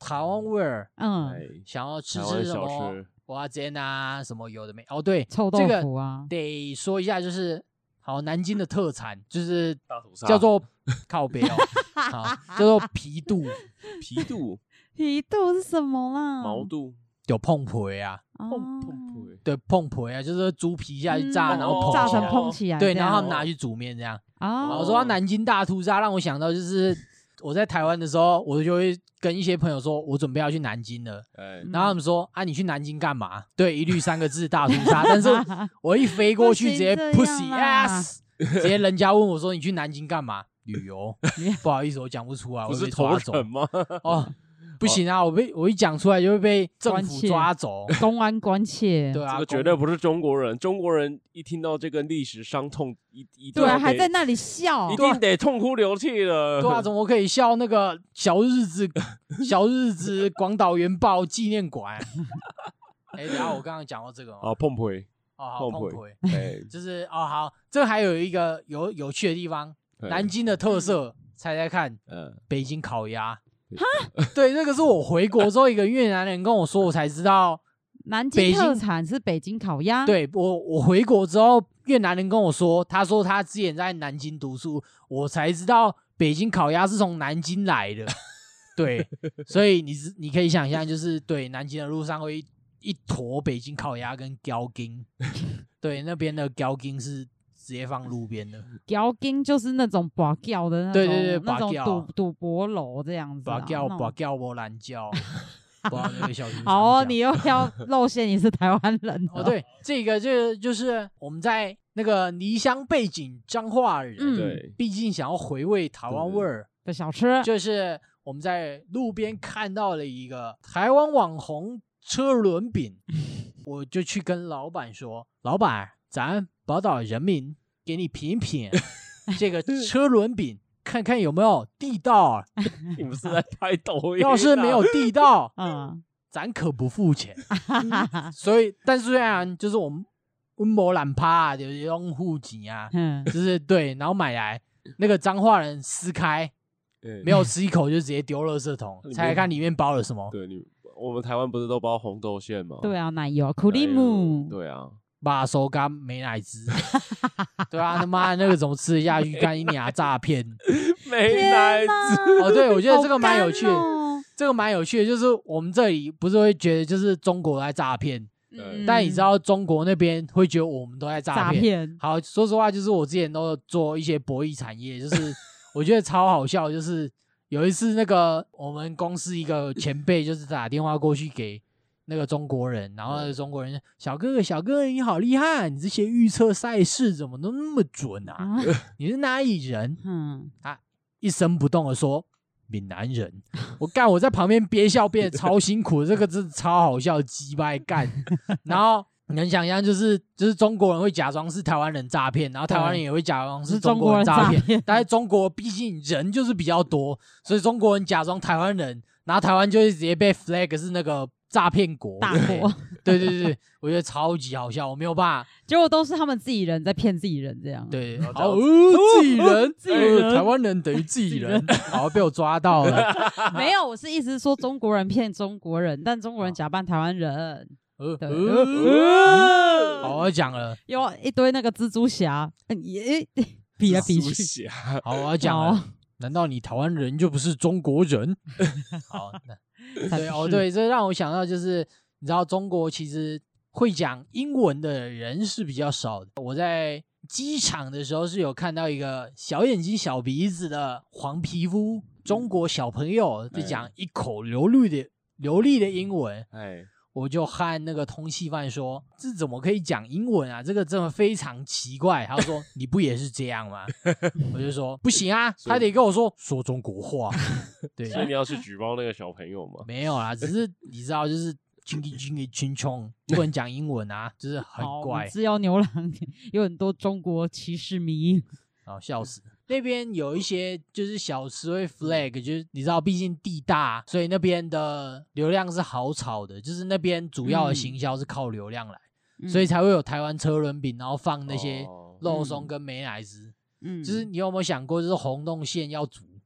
台湾味儿， 嗯， 想要吃吃什么蚵仔煎啊，什么有的没哦，对， 臭豆腐啊， 这个得说一下，就是好南京的特产就是叫做靠北哦，好叫做皮肚， 皮肚， 皮肚是什么啦？ 毛肚。 有碰皮啊， 碰碰皮， 对，碰皮啊，就是猪皮下去炸， 嗯、 然后炸成蓬起来， 对，然后他们拿去煮面这样。 哦， 我说南京大屠杀让我想到，就是我在台湾的时候，我就会跟一些朋友说，我准备要去南京了， 哎、 然后他们说啊，你去南京干嘛？对，一律三个字大屠杀。但是我一飞过去，直接 pussy ass， 直接人家问我说你去南京干嘛？旅游？不好意思，我讲不出来， 不是我被抓走吗？ 哦。不行啊！我被我一讲出来就会被政府抓走， 公安关切。 对啊， 这个绝对不是中国人。中国人一听到这个历史伤痛，一一对啊，还在那里笑， 一定得痛哭流涕了。 对啊，怎么可以笑那个小日子小日子广岛原爆纪念馆？哎，等下我刚刚讲到这个啊，碰皮哦，好碰皮， 哎， 就是哦好，这还有一个有有趣的地方，南京的特色，猜猜看，嗯，北京烤鸭。哈，对，这个是我回国之后一个越南人跟我说，我才知道南京特产是北京烤鸭。 对我，我回国之后，越南人跟我说，他说他之前在南京读书，我才知道北京烤鸭是从南京来的。对，所以你你可以想象，就是对南京的路上会一一坨北京烤鸭跟胶筋，对，那边的胶筋是直接放路边的， 胶筋就是那种拔掉的那种， 对对对， 那种赌赌博楼这样子、啊， 拔掉拔掉我懒觉，不知道那个小好哦，你又要露馅你是台湾人哦, 哦？对，这个就就是我们在那个离乡背景彰化人， 嗯、对， 毕竟想要回味台湾味儿的小吃， 就是我们在路边看到了一个台湾网红车轮饼，我就去跟老板说，老板。咱宝岛人民给你品品这个车轮饼，看看有没有地道。 你们是在拍抖音、啊？ 要是没有地道， 嗯， 咱可不付钱。所以，但虽然就是我们温某懒趴就是用户籍啊，嗯，就是对，然后买来那个彰化人撕开，没有吃一口就直接丢垃圾桶，猜猜看里面包了什么？ 对，你我们台湾不是都包红豆馅吗？ 对啊，奶油、苦力姆， 对啊。 把手干美乃滋，对啊，他妈那个怎么吃得下去？干一娘诈骗， 美乃滋哦，对，我觉得这个蛮有趣的， 哦、 这个蛮有趣的，就是我们这里不是会觉得就是中国在诈骗，嗯、但你知道中国那边会觉得我们都在诈骗。 骗好，说实话，就是我之前都做一些博弈产业，就是我觉得超好笑，就是有一次那个我们公司一个前辈就是打电话过去给。那个中国人，然后那个中国人小哥哥，小哥哥你好厉害，你这些预测赛事怎么都那么准啊？啊你是哪里人？嗯，他一声不动的说闽南人。我干，我在旁边憋笑憋得超辛苦，这个真的超好笑，鸡掰干。然后你能想象，就是就是中国人会假装是台湾人诈骗，然后台湾人也会假装是中国人诈骗。但是中国毕竟人就是比较多，所以中国人假装台湾人，然后台湾就会直接被 flag 是那个。诈骗国大国， 对对对，我觉得超级好笑，我没有办法， 结果都是他们自己人在骗自己人，这样对，好，呃、自己人，自己人、呃，台湾人等于自己人，好被我抓到了。 没有，我是意思说中国人骗中国人，但中国人假扮台湾人。 呃，对，呃、好，我讲了， 有一堆那个蜘蛛侠，也比来比去。 好，我要讲了，难道你台湾人就不是中国人？好，那。对哦，对，这让我想到就是，你知道中国其实会讲英文的人是比较少的。我在机场的时候是有看到一个小眼睛、小鼻子的黄皮肤中国小朋友在讲一口流利的、流利的英文。哎，我就和那个通缉犯说：“这怎么可以讲英文啊？这个真的非常奇怪。”他说：“你不也是这样吗？”我就说：“不行啊，他得跟我说说中国话。”对， 所以你要去举报那个小朋友吗？ 没有啦，只是你知道，就是军军军军冲不能讲英文啊，就是很怪。 只要牛郎有很多中国歧视迷， 好笑死。那边有一些就是小吃会 flag， 就是你知道，毕竟地大，所以那边的流量是好炒的，就是那边主要的行销是靠流量来，嗯、所以才会有台湾车轮饼，然后放那些肉松跟美乃滋。嗯，就是你有没有想过，就是红洞馅要煮，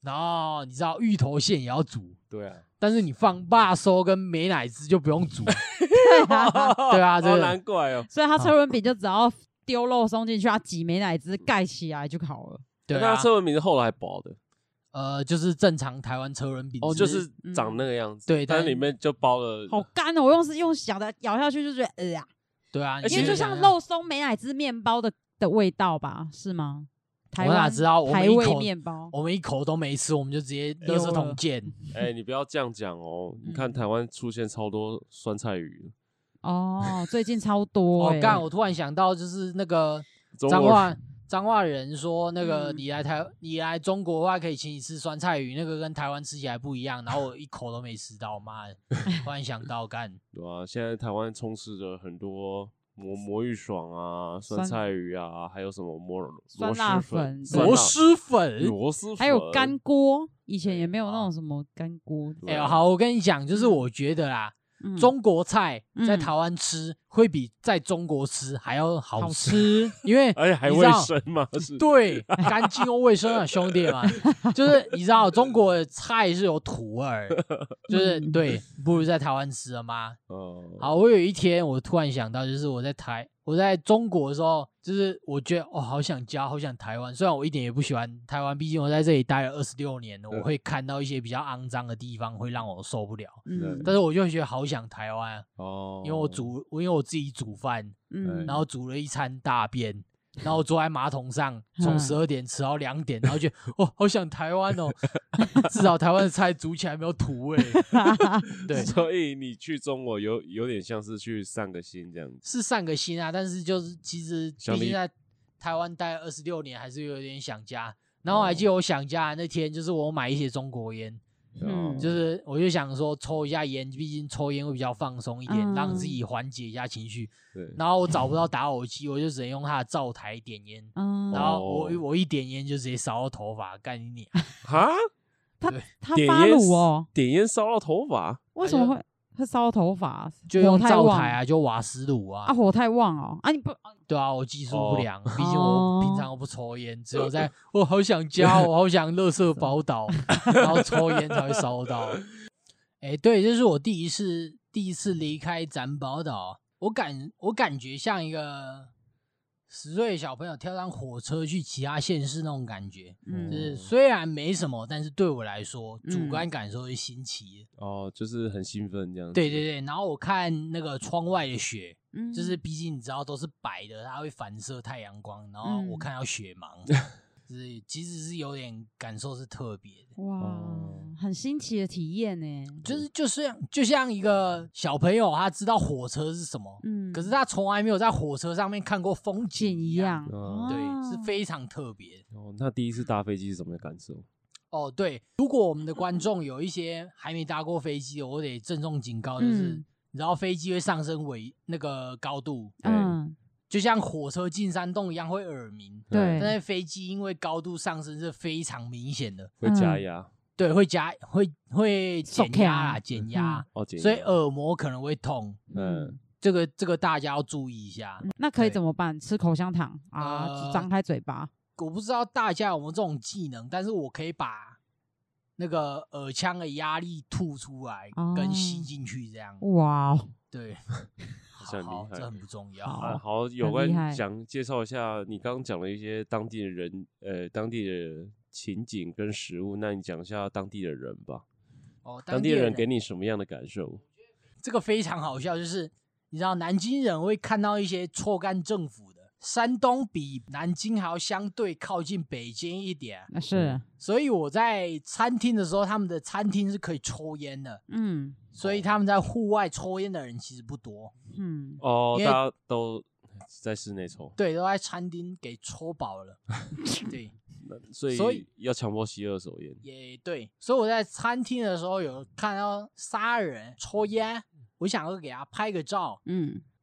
然后你知道芋头馅也要煮， 对啊， 但是你放肉酥跟美乃滋就不用煮， 对啊， 对啊，这好个难怪哦。 所以他车轮饼就只要丢肉松进去，他挤美乃滋盖起来就好了。 对啊， 那车轮饼是后来包的， 呃，就是正常台湾车轮饼哦，就是长那个样子， 对， 但是里面就包了， 好干哦！我用是用小的咬下去就觉得呃呀， 对啊， 因为就像肉松美乃滋面包的的味道吧，是吗？台湾我哪知道，我们台味一口面包， 我们一口都没吃，我们就直接垃圾桶见。 哎，你不要这样讲哦！你看台湾出现超多酸菜鱼哦，最近超多。 哦，干！我突然想到，就是那个彰化彰化人说，那个你来台你来中国的话，可以请你吃酸菜鱼，那个跟台湾吃起来不一样。然后我一口都没吃到，妈的！突然想到，干。 对啊，现在台湾充斥着很多。魔魔芋爽ஆ，酸菜鱼啊，还有什么魔酸辣粉、 螺蛳粉、 螺蛳粉， 还有干锅。以前也没有那种什么干锅。 哎、欸，好，我跟你讲，就是我觉得啦，嗯、中国菜在台湾吃、嗯、会比在中国吃还要好吃， 好吃因为而且还卫生嘛，是对，干净又卫生啊，兄弟们，就是你知道中国的菜是有土味儿，就是对，不如在台湾吃了吗？哦，好，我有一天我突然想到，就是我在台我在中国的时候，就是我觉得哦，好想家，好想台湾。虽然我一点也不喜欢台湾，毕竟我在这里待了二十六年了，我会看到一些比较肮脏的地方，会让我受不了。嗯，但是我就觉得好想台湾哦，因为我煮，因为我自己煮饭，嗯，然后煮了一餐大便。然后我坐在马桶上，从十二点吃到两点，然后觉得哦，好想台湾哦，至少台湾的菜煮起来没有土味。对， 所以你去中国有有点像是去散个心这样子， 是散个心啊，但是就是其实毕竟在台湾待二十六年，还是有点想家。然后我还记得我想家的那天，就是我买一些中国烟。嗯，就是我就想说抽一下烟，毕竟抽烟会比较放松一点，嗯、让自己缓解一下情绪。对，然后我找不到打火机，我就只能用它的灶台点烟。嗯，然后我我一点烟就直接烧到头发，干你娘！ 哈， 他他发怒哦， 点烟烧到头发， 为什么会会烧到头发？ 就用灶台啊，就瓦斯炉啊。 啊，火太旺哦！啊，你不对啊，我技术不良，毕、哦、竟我平常我不抽烟，只有在我好想家，我好想垃圾宝岛，然后抽烟才会烧到。哎、欸，对，这是我第一次第一次离开展宝岛，我感我感觉像一个十岁的小朋友跳上火车去其他县市那种感觉，嗯，就是虽然没什么，但是对我来说，嗯、主观感受是新奇的。 哦，就是很兴奋这样子。 对对对，然后我看那个窗外的雪。嗯、就是毕竟你知道都是白的，它会反射太阳光，然后我看到雪盲，嗯、就是其实是有点感受是特别的。 哇，哦、很新奇的体验呢。 就是就是就像一个小朋友，他知道火车是什么，嗯，可是他从来没有在火车上面看过风景一样， 哦、 对，是非常特别。 哦，那第一次搭飞机是什么感受？ 哦，对，如果我们的观众有一些还没搭过飞机，我得郑重警告，就是。嗯你知道飞机会上升为那个高度，嗯，就像火车进山洞一样会耳鸣， 对。 但是飞机因为高度上升是非常明显的， 会加压，嗯、 对，会加会会减压啦，减压， 嗯、 所以耳膜可能会痛，嗯，这个这个大家要注意一下。 嗯、那可以怎么办？吃口香糖啊，张、呃、开嘴巴。 我不知道大家有没有这种技能，但是我可以把。那个耳腔的压力吐出来跟吸进去，这样、 哦、哇， 对， 好, 好， 这很不重要。 啊、好，有关想介绍一下，你刚刚讲了一些当地的人，呃，当地的情景跟食物，那你讲一下当地的人吧。 哦， 当地的人给你什么样的感受？ 这个非常好笑，就是你知道南京人会看到一些臭干政府的。山东比南京还要相对靠近北京一点， 是， 所以我在餐厅的时候，他们的餐厅是可以抽烟的，嗯，所以他们在户外抽烟的人其实不多， 嗯， 哦，大家都在室内抽， 对，都在餐厅给抽饱了，对， 所以所以要强迫吸二手烟， 也对，所以我在餐厅的时候有看到杀人抽烟，我想要给他拍个照，嗯。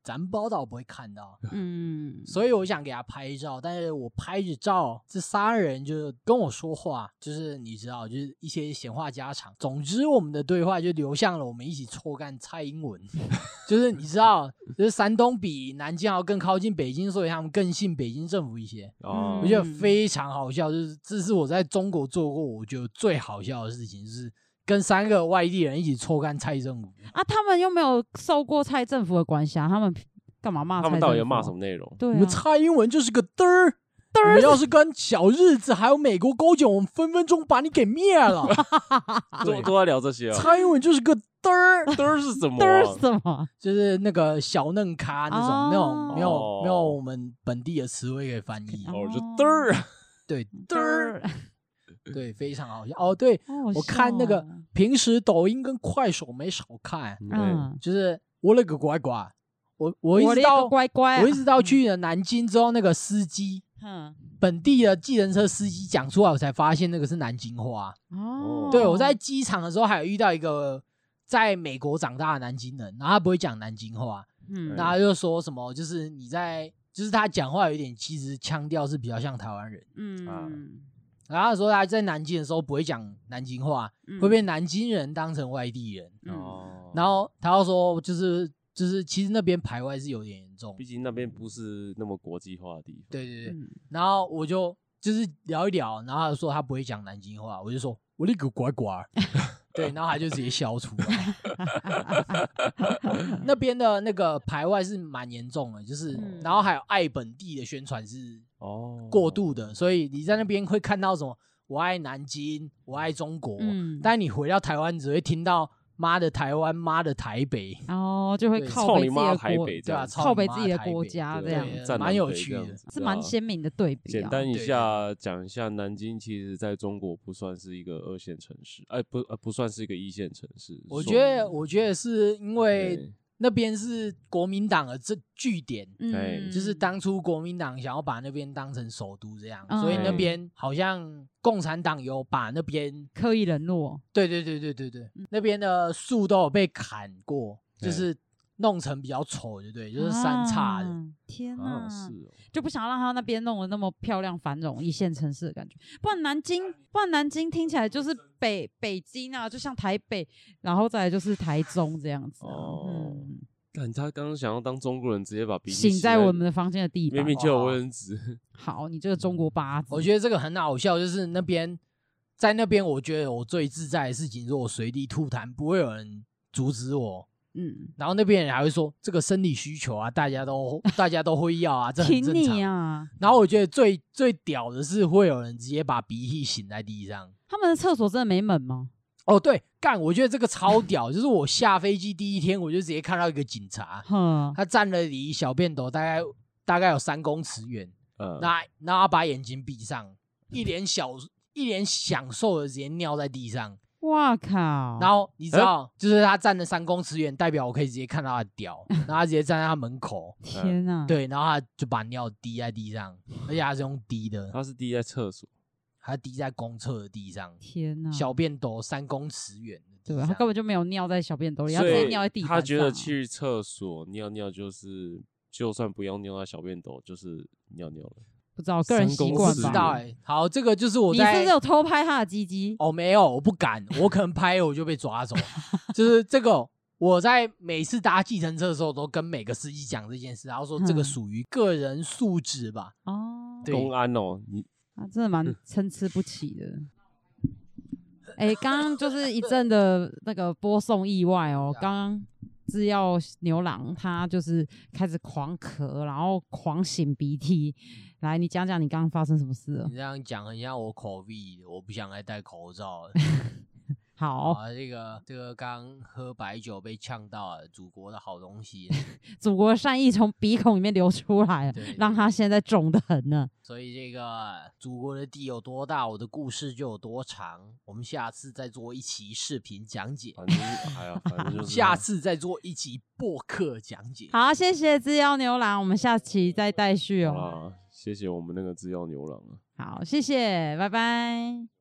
咱报道不会看到， 嗯， 所以我想给他拍照，但是我拍着照，这仨人就跟我说话，就是你知道，就是一些闲话家常。总之，我们的对话就流向了我们一起臭干蔡英文，就是你知道，就是山东比南京要更靠近北京，所以他们更信北京政府一些。 哦， 我觉得非常好笑，就是这是我在中国做过我觉得最好笑的事情，就是跟三个外地人一起臭干蔡政府啊，他们又没有受过蔡政府的管辖，他们干嘛骂蔡政府、啊？ 他们到底要骂什么内容？ 对、啊， 你们蔡英文就是个嘚儿，嘚儿！要是跟小日子还有美国勾结，我们分分钟把你给灭了。 都都在聊这些啊。 蔡英文就是个嘚儿， 嘚儿是什么、啊？ 嘚儿是什么？ 就是那个小嫩咖那种， 哦、 那种没有没有我们本地的词汇可以翻译。 哦，就嘚儿， 对，嘚儿。对，非常好笑哦。对， 好好笑哦、 我看那个平时抖音跟快手没少看， 嗯， 就是我那个乖乖，我我一直到乖乖、啊， 我一直到去了南京之后，那个司机，嗯，本地的计程车司机讲出来，我才发现那个是南京话。 哦， 对，我在机场的时候还有遇到一个在美国长大的南京人，然后他不会讲南京话，嗯，然后他就说什么，就是你在，就是他讲话有点，其实腔调是比较像台湾人，嗯。啊然后他说他在南京的时候不会讲南京话，嗯、会被南京人当成外地人。哦、嗯，然后他又说就是就是其实那边排外是有点严重， 毕竟那边不是那么国际化的地方。 对对对。嗯、然后我就就是聊一聊，然后他说他不会讲南京话，我就说我那个乖乖。对，然后他就直接笑出来。那边的那个排外是蛮严重的，就是，嗯、然后还有爱本地的宣传是哦过度的，哦、所以你在那边会看到什么我爱南京，我爱中国，嗯、但你回到台湾只会听到妈的台湾，妈的台北， 哦，就会靠北自己的国，对吧？ 靠北自己的国家，这样蛮有趣的， 是蛮鲜明的对比。 简单一下讲一下，南京其实在中国不算是一个二线城市，哎，不，呃，不算是一个一线城市。 我觉得，我觉得是因为那边是国民党的这据点，嗯，就是当初国民党想要把那边当成首都这样，所以那边好像共产党有把那边刻意冷落。 对对对对对对，嗯、那边的树都有被砍过，就是弄成比较丑，对不对？就是三叉的。啊、 天哪、啊是哦， 就不想让他那边弄得那么漂亮繁荣一线城市的感觉。不然南京，不然南京听起来就是北北京啊，就像台北，然后再来就是台中这样子、啊。哦。嗯但他刚刚想要当中国人，直接把鼻涕擤在我们的房间的地板， 明明就有卫生纸。 好，你这个中国八字， 我觉得这个很好笑，就是那边在那边，我觉得我最自在的事情是我随地吐痰，不会有人阻止我。嗯，然后那边人还会说这个生理需求啊，大家都大家都会要啊，这很正常啊。 然后我觉得最最屌的是会有人直接把鼻涕擤在地上。 他们的厕所真的没门吗？ 哦，对，干，我觉得这个超屌，就是我下飞机第一天，我就直接看到一个警察，他站了离小便斗大概大概有三公尺远，嗯，那然后他把眼睛闭上，一脸小一脸享受的直接尿在地上， 哇靠！ 然后你知道，欸、就是他站了三公尺远，代表我可以直接看到他的屌，然后他直接站在他门口， 天哪！ 对，然后他就把尿滴在地上，而且他是用滴的， 他是滴在厕所。 他滴在公厕的地上， 天哪！ 小便斗三公尺远， 对，他根本就没有尿在小便斗里，他直接尿在地板上。 他觉得去厕所尿尿就是，就算不要尿在小便斗，就是尿尿了。 不知道个人习惯吧？ 不知道哎、欸。好，这个就是我在。 你是不是有偷拍他的鸡鸡？ 哦，没有，我不敢，我可能拍我就被抓走。就是这个，我在每次搭计程车的时候，都跟每个司机讲这件事，然后说这个属于个人素质吧。哦、 嗯，公安哦，你。 啊，真的蛮参差不齐的。哎、欸，刚刚就是一阵的那个播送意外哦。刚刚制药牛郎他就是开始狂咳，然后狂擤鼻涕。来，你讲讲你刚刚发生什么事了？ 你这样讲很像我 COVID， 我不想再戴口罩了。 好， 啊，这个这个刚喝白酒被呛到了，祖国的好东西， 祖国的善意从鼻孔里面流出来了，让他现在肿得很呢。 所以这个祖国的地有多大，我的故事就有多长。我们下次再做一期视频讲解， 反正还有，反正就是下次再做一期播客讲解。 好，谢谢制药牛郎，我们下期再待续哦。 好啦，谢谢我们那个制药牛郎啊。 好，谢谢，拜拜。